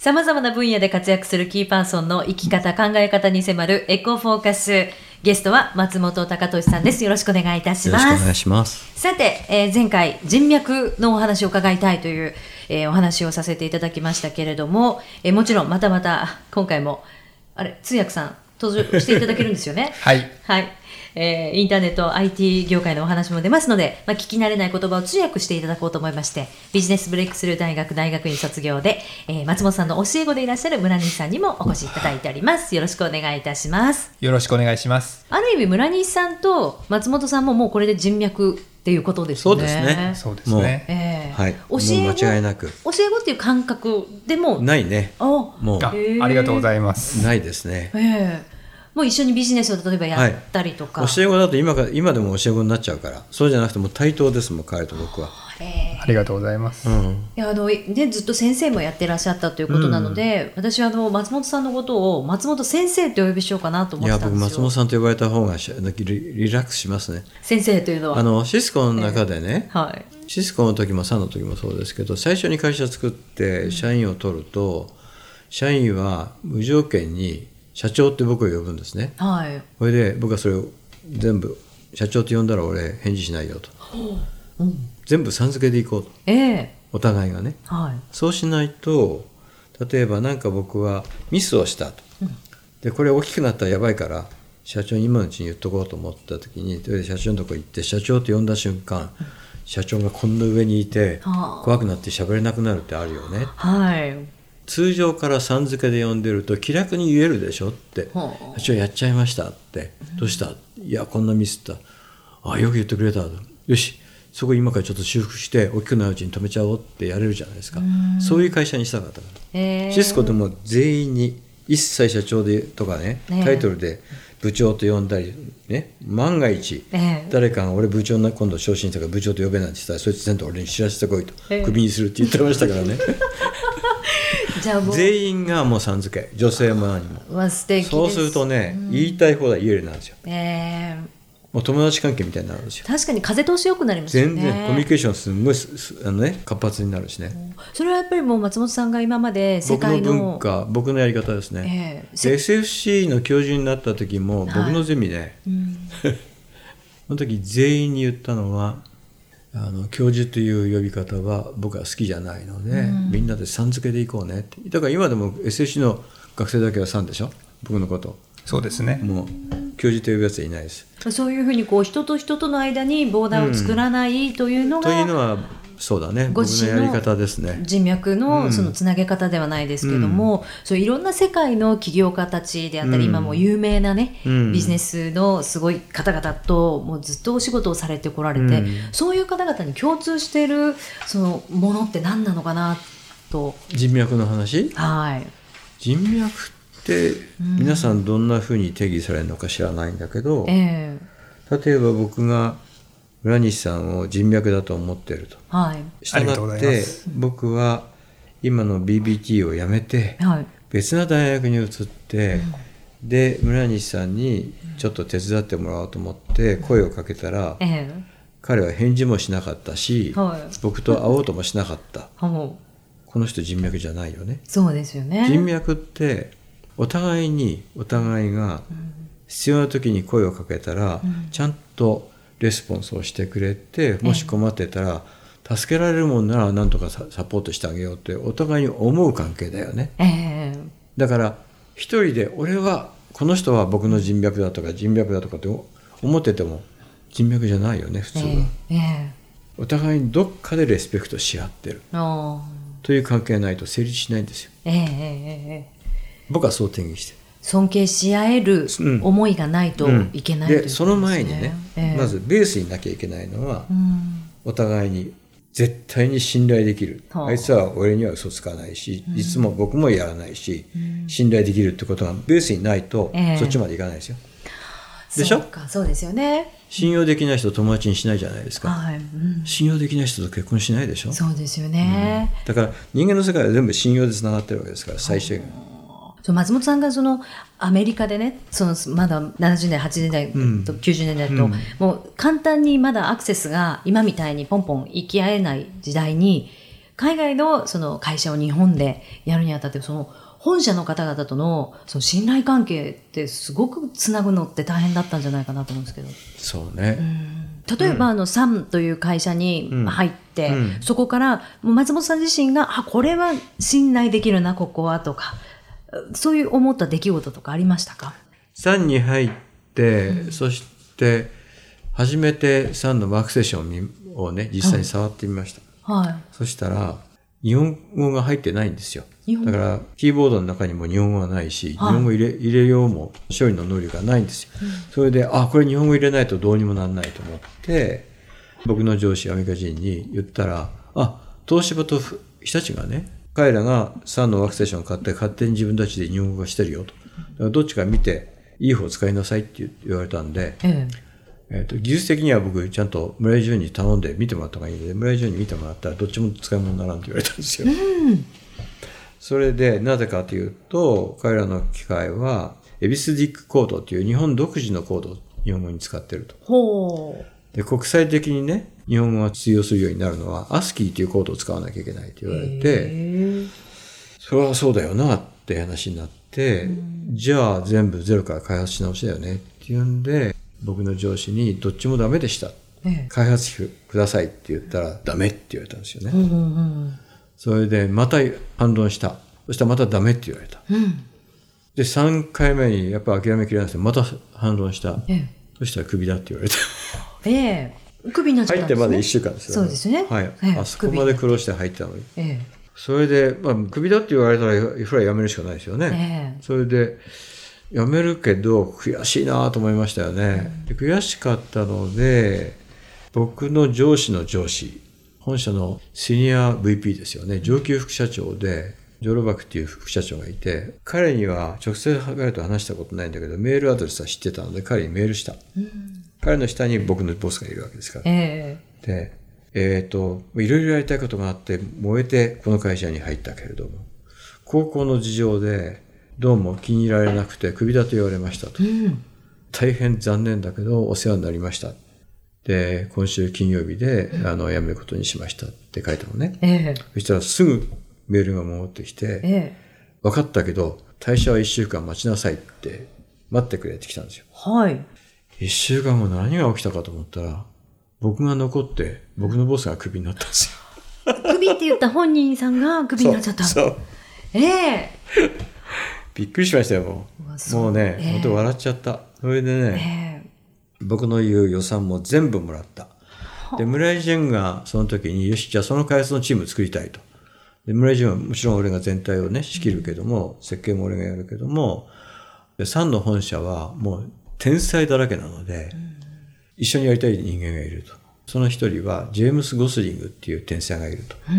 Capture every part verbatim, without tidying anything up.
様々な分野で活躍するキーパーソンの生き方、考え方に迫るエコフォーカス。ゲストは松本貴俊さんです。よろしくお願いいたします。 よろしくお願いします。 さて、えー、前回人脈のお話を伺いたいという、えー、お話をさせていただきましたけれども、えー、もちろんまたまた今回もあれ通訳さん登場していただけるんですよね。 はい、 はいえー、インターネット アイティー 業界のお話も出ますので、まあ、聞き慣れない言葉を通訳していただこうと思いまして、ビジネスブレイクスルー大学大学院卒業で、えー、松本さんの教え子でいらっしゃる村西さんにもお越しいただいております。よろしくお願いいたします。 よろしくお願いします。 ある意味村西さんと松本さんももうこれで人脈っていうことですね。 そうですね。 そうですね。 えーはい。 教え子、 間違いなく教え子っていう感覚でもないね。 あもうあ, ありがとうございます。 ないですね。 えーもう一緒にビジネスを例えばやったりとか、 はい、教え子だと 今, か今でも教え子になっちゃうから、そうじゃなくてもう対等ですもん、彼と僕は。 えー、 ありがとうございます、 うん、 いやあのね、ずっと先生もやってらっしゃったということなので、うん、私はあの松本さんのことを松本先生とお呼びしようかなと思ってたんですよ。 いや僕松本さんと呼ばれた方が リ, リラックスしますね。 先生というのはあのシスコの中でね、 えーはい、 シスコの時もサンの時もそうですけど、最初に会社作って社員を取ると、うん、社員は無条件に社長って僕を呼ぶんですね。 はい。 それで僕はそれを全部社長って呼んだら俺返事しないよと、うん、全部さん付けでいこうと、 えー、 お互いがね、 はい、 そうしないと、例えば何か僕はミスをしたと、うん、でこれ大きくなったらやばいから社長に今のうちに言っとこうと思った時に、社長のとこ行って社長と呼んだ瞬間、うん、社長がこんな上にいて、はあ、怖くなって喋れなくなるってあるよね。 はい。 通常からさん付けで呼んでると気楽に言えるでしょって、社長やっちゃいましたって、どうした、いやこんなミスった、あよく言ってくれた、よしそこ今からちょっと修復して大きくなるうちに止めちゃおうってやれるじゃないですか。そういう会社にしたかったから、えー、シスコでも全員に一切社長でとかね、タイトルで部長と呼んだりね、万が一、えー、誰かが俺部長に今度昇進したから部長と呼べなんて言ったら、そいつ全部俺に知らせてこいと、えー、クビにするって言ってましたからね。じゃあもう全員がもうさん付け、女性も何も、 まあ、素敵です。 そうするとね、うん、言いたい放題言えるなんですよ、えー、もう友達関係みたいになるんですよ。 確かに風通し良くなりますよね。 全然コミュニケーションすごいあの、ね、活発になるしね、うん、 それはやっぱりもう松本さんが今まで世界の僕の文化、僕のやり方ですね、えー、エスエフシー の教授になった時も僕のゼミで、はいうん、その時全員に言ったのは、あの教授という呼び方は僕は好きじゃないので、うん、みんなでさん付けでいこうねって。だから今でも エスエフシー の学生だけはさんでしょ、僕のこと。 そうですね。 もう教授と呼ぶやつはいないです。 そういうふうにこう人と人との間にボーダーを作らないというのが、 うん、というのはそうだね、僕のやり方ですね。 人脈のそのつなげ方ではないですけども、うん、そういろんな世界の起業家たちであったり、うん、今も有名なね、うん、ビジネスのすごい方々ともうずっとお仕事をされてこられて、うん、そういう方々に共通しているそのものって何なのかなと。 人脈の話、 はい、 人脈って皆さんどんなふうに定義されるのか知らないんだけど、うんえー、例えば僕が村西さんを人脈だと思っていると、はい、したがって僕は今の ビービーティー を辞めて別な大学に移って、はい、で村西さんにちょっと手伝ってもらおうと思って声をかけたら、うん、彼は返事もしなかったし、はい、僕と会おうともしなかった、うん、この人人脈じゃないよね。 そうですよね。 人脈ってお互いにお互いが必要な時に声をかけたら、うん、ちゃんとレスポンスをしてくれて、もし困ってたら、えー、助けられるもんなら何とかサポートしてあげようってお互いに思う関係だよね、えー、だから一人で俺はこの人は僕の人脈だとか人脈だとかって思ってても人脈じゃないよね普通は、えーえー、お互いにどっかでレスペクトし合ってるという関係ないと成立しないんですよ、えーえー、僕はそう定義してる。 尊敬し合える思いがないといけない、うんうん、 でその前にね、えー、まずベースになきゃいけないのは、うん、お互いに絶対に信頼できる、うん、あいつは俺には嘘つかないし、うん、いつも僕もやらないし、うん、信頼できるってことがベースにないと、えー、そっちまでいかないですよ。でしょ？ そうか、そうですよね。 信用できない人友達にしないじゃないですか、はいうん、信用できない人と結婚しないでしょ。 そうですよね、うん、 だから人間の世界は全部信用でつながってるわけですから最終的に。 松本さんがそのアメリカでね、そのまだななじゅうねんだいはちじゅうねんだいときゅうじゅうねんだいと、うん、もう簡単にまだアクセスが今みたいにポンポン行き合えない時代に海外のその会社を日本でやるにあたって、その本社の方々とのその信頼関係ってすごくつなぐのって大変だったんじゃないかなと思うんですけど。 そうね、 うん、例えば、うん、あのサンという会社に入って、うん、そこからもう松本さん自身があこれは信頼できるなここはとか、そういう思った出来事とかありましたか？ サンに入って、うん、そして初めてサンのワークセッションをね実際に触ってみました、はい、そしたら日本語が入ってないんですよ。だからキーボードの中にも日本語がないし、はい、日本語入れ、入れようも処理の能力がないんですよ、うん、それであこれ日本語入れないとどうにもならないと思って、僕の上司アメリカ人に言ったら、あ東芝と日立がね彼らがサンのワークステーションを買って勝手に自分たちで日本語化してるよと、だからどっちか見ていい方を使いなさいって言われたんで、うんえー、と技術的には僕ちゃんと村井淳に頼んで見てもらった方がいいので、村井淳に見てもらったらどっちも使い物にならんって言われたんですよ、うん、それでなぜかというと彼らの機械はエビスディックコードという日本独自のコードを日本語に使ってると。ほうで国際的にね日本語が通用するようになるのは アスキー というコードを使わなきゃいけないと言われて、それはそうだよなって話になって、じゃあ全部ゼロから開発し直しだよねっていうんで、僕の上司にどっちもダメでした、ええ、開発費くださいって言ったらダメって言われたんですよね、うんうんうん、それでまた反論した。そしたらまたダメって言われた、うん、でさんかいめにやっぱ諦めきれなくてまた反論した、ええ、そしたらクビだって言われた、 ええ、クビになっちゃったんですね。 入ってまだいっしゅうかんですよね。 そうですね、 はいええ、あそこまで苦労して入ったのに、ええ、それで、まあ、クビだって言われたらそれは辞めるしかないですよね、ええ、それで辞めるけど悔しいなと思いましたよね、うん、で悔しかったので僕の上司の上司、本社のシニア ブイピー ですよね、上級副社長でジョロバクっていう副社長がいて、彼には直接彼と話したことないんだけどメールアドレスは知ってたので彼にメールした、うん、彼の下に僕のボスがいるわけですから、えー、でえっといろいろやりたいことがあって燃えてこの会社に入ったけれども、高校の事情でどうも気に入られなくてクビだと言われましたと、うん、大変残念だけどお世話になりました、で今週金曜日で、うん、あの辞めることにしましたって書いたのね、えー、そしたらすぐメールが戻ってきて、ええ、分かったけど退社はいっしゅうかん待ちなさいって待ってくれって来たんですよ。はい。いっしゅうかんご何が起きたかと思ったら僕が残って僕のボスがクビになったんですよ。クビって言った本人さんがクビになっちゃった。そう。そうええびっくりしましたよ。もう、もうね、えー、本当笑っちゃった。それでね、えー、僕の言う予算も全部もらった。で村井淳がその時によしじゃあその開発のチームを作りたいと。で村井淳はもちろん俺が全体をね仕切るけども、うん、設計も俺がやるけども、でサンの本社はもう天才だらけなので、うん、一緒にやりたい人間がいると。その一人はジェームス・ゴスリングっていう天才がいると、うん、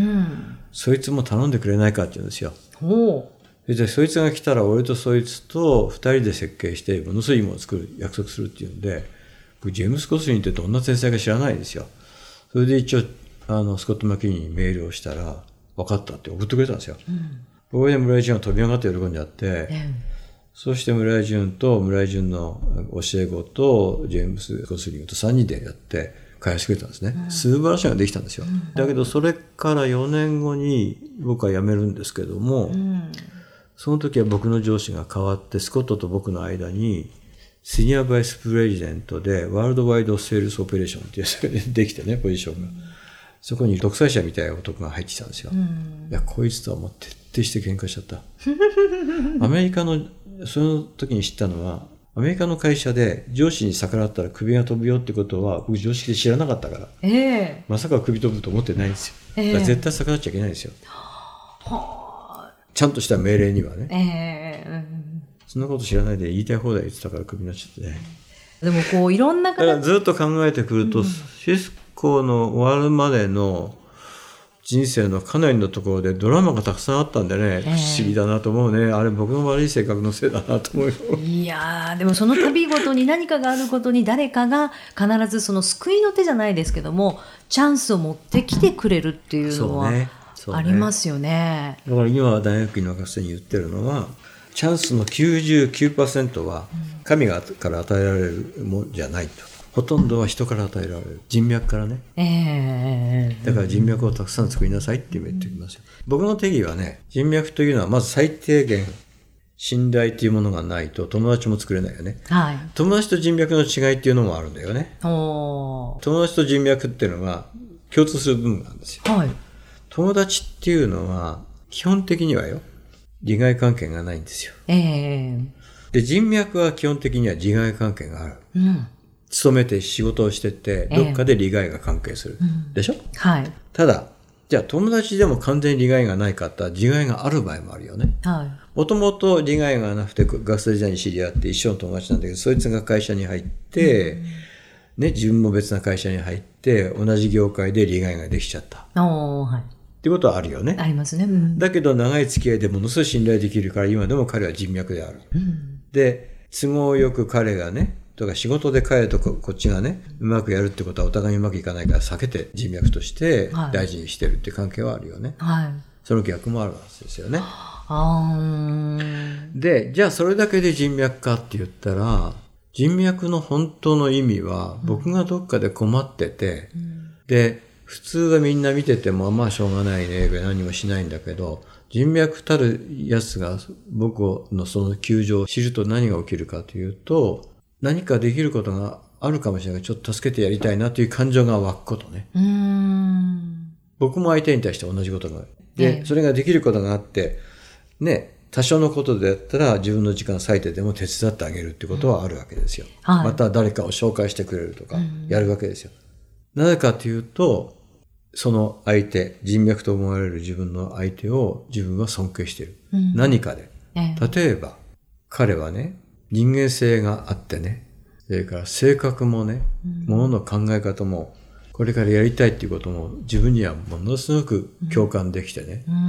そいつも頼んでくれないかって言うんですよ。おでそいつが来たら俺とそいつと二人で設計してものすごいいいものを作る約束するっていうんで、僕ジェームス・ゴスリングってどんな天才か知らないんですよ。それで一応あのスコット・マキーにメールをしたら分かったって送ってくれたんですよ。これ、うん、で村井淳が飛び上がって喜んじゃって、うん、そして村井淳と村井淳の教え子とジェームス・ゴスリングとさんにんでやって開発してくれたんですね、うん、素晴らしいのができたんですよ、うん、だけどそれからよねんごに僕は辞めるんですけども、うん、その時は僕の上司が変わってスコットと僕の間にシニアバイスプレジデントでワールドワイドセールスオペレーションっていうそれでできてねポジションが、うん、そこに独裁者みたいな男が入ってきたんですよ、うん、いやこいつとはもう徹底して喧嘩しちゃったアメリカのその時に知ったのはアメリカの会社で上司に逆らったら首が飛ぶよってことは僕常識で知らなかったから、えー、まさか首飛ぶと思ってないんですよ、えー、だから絶対逆らっちゃいけないんですよ、ちゃんとした命令にはね、えーうん、そんなこと知らないで言いたい放題言ってたから首になっちゃってね。 でもこういろんな形だからずっと考えてくると、うん、シスコの終わるまでの人生のかなりのところでドラマがたくさんあったんでね、えー、不思議だなと思うね。あれ僕の悪い性格のせいだなと思うよ。 いやでもその度ごとに何かがあることに誰かが必ずその救いの手じゃないですけどもチャンスを持ってきてくれるっていうのはありますよね。 だから今は大学院の学生に言ってるのはチャンスの きゅうじゅうきゅうパーセント は神がから与えられるものじゃないと。 ほとんどは人から与えられる人脈からね、 えー、 だから人脈をたくさん作りなさいって言ってきますよ。僕の定義はね、人脈というのはまず最低限信頼というものがないと友達も作れないよね、はい、友達と人脈の違いっていうのもあるんだよね。お友達と人脈っていうのは共通する部分なんですよ、はい、友達っていうのは基本的にはよ利害関係がないんですよ、えー、で人脈は基本的には利害関係がある、うん、勤めて仕事をしててどっかで利害が関係する、えーうん、でしょ、はい、ただじゃあ友達でも完全に利害がないかったら利害がある場合もあるよね。もともと利害がなくて学生時代に知り合って一緒の友達なんだけど、そいつが会社に入って、うんね、自分も別な会社に入って同じ業界で利害ができちゃった、はい、ってことはあるよね。 ありますね、うん、だけど長い付き合いでものすごい信頼できるから今でも彼は人脈である、うん、で都合よく彼がねとか仕事で彼とこっちがねうまくやるってことはお互いにうまくいかないから避けて人脈として大事にしてるっていう関係はあるよね、はい、その逆もあるはずですよね。あでじゃあそれだけで人脈かって言ったら人脈の本当の意味は僕がどっかで困ってて、うん、で普通はみんな見ててもまあしょうがないね何もしないんだけど人脈たるやつが僕のその窮状を知ると何が起きるかというと何かできることがあるかもしれない。ちょっと助けてやりたいなという感情が湧くことね。うーん僕も相手に対して同じことがある。で、ええ、それができることがあって、ね、多少のことでやったら自分の時間割いてでも手伝ってあげるってことはあるわけですよ。はい、また誰かを紹介してくれるとかやるわけですよ。なぜかというと、その相手、人脈と思われる自分の相手を自分は尊敬している。うん、何かで。ええ、例えば、彼はね、人間性があってね、それから性格もね、うん、ものの考え方も、これからやりたいっていうことも自分にはものすごく共感できてね、うんうん、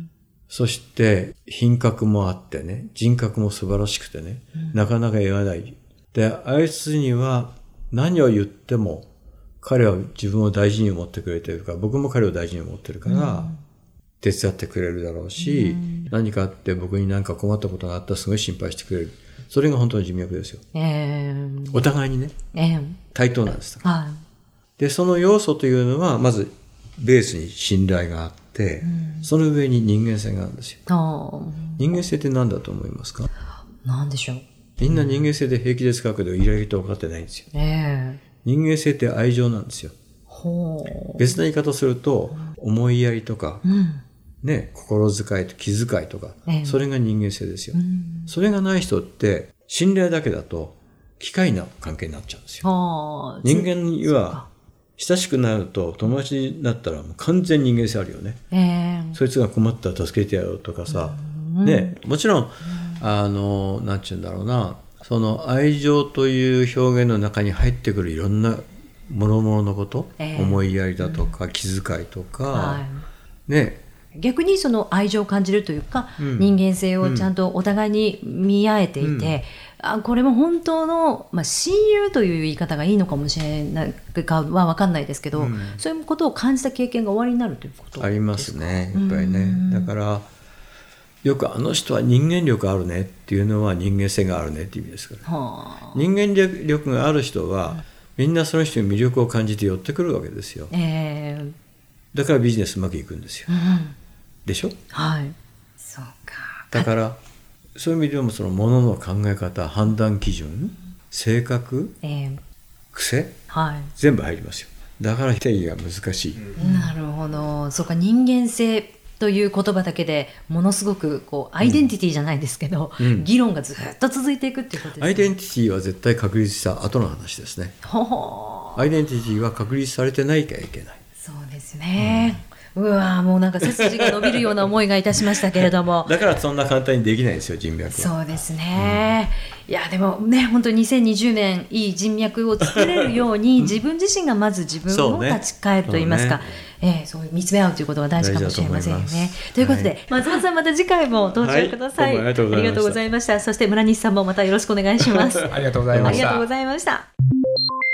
そして品格もあってね、人格も素晴らしくてね、うん、なかなか言わない。で、あいつには何を言っても彼は自分を大事に思ってくれてるから、僕も彼を大事に思ってるから、うん手伝ってくれるだろうし、うん、何かあって僕に何か困ったことがあったらすごい心配してくれる。それが本当の人脈ですよ。えー、お互いにね、えー、対等なんです。はい、で、その要素というのは、まずベースに信頼があって、うん、その上に人間性があるんですよ。人間性って何だと思いますか？ 何でしょう。 みんな人間性で平気で使うけど、いろいろと分かってないんですよ。えー、人間性って愛情なんですよ。ほう別な言い方すると、思いやりとか、うんね、心遣いと気遣いとか、ええ、それが人間性ですよ、うん。それがない人って、信頼だけだと、機械な関係になっちゃうんですよ。人間には、親しくなると友達になったらもう完全人間性あるよね。ええ、そいつが困ったら助けてやろうとかさ、うん、ね、もちろん、あの、なんていうんだろうな、その愛情という表現の中に入ってくるいろんな諸々のこと、ええ、思いやりだとか、うん、気遣いとか、はい、ね、 逆にその愛情を感じるというか、うん、人間性をちゃんとお互いに見合えていて、うん、あこれも本当の、まあ、親友という言い方がいいのかもしれないかは分かんないですけど、うん、そういうことを感じた経験が終わりになるということですか？ ありますね、やっぱりね。だからよくあの人は人間力あるねっていうのは人間性があるねっていう意味ですから、はあ、人間力がある人は、うん、みんなその人に魅力を感じて寄ってくるわけですよ、えー、だからビジネスうまくいくんですよ、うんでしょ？はい。そうか。だからそういう意味でもそのものの考え方、判断基準、性格、えー、癖、はい、全部入りますよ。だから定義が難しい。 なるほど。そうか、人間性という言葉だけでものすごくこうアイデンティティじゃないですけど、うん、議論がずっと続いていくっていうことですね。 アイデンティティは絶対確立した後の話ですね。ほほアイデンティティは確立されてないからいけない。 そうですね。うんうわもうなんか背筋が伸びるような思いがいたしましたけれどもだからそんな簡単にできないですよ、人脈は。 そうですね、うん、いやでもね本当ににせんにじゅうねんいい人脈を作れるように自分自身がまず自分を立ち返るといいますか、そうね、えー、そういう見つめ合うということが大事かもしれませんよね。ということで、はい、松本さんまた次回も登場ください、はい、ありがとうございました。そして村西さんもまたよろしくお願いしますありがとうございました。 ありがとうございました。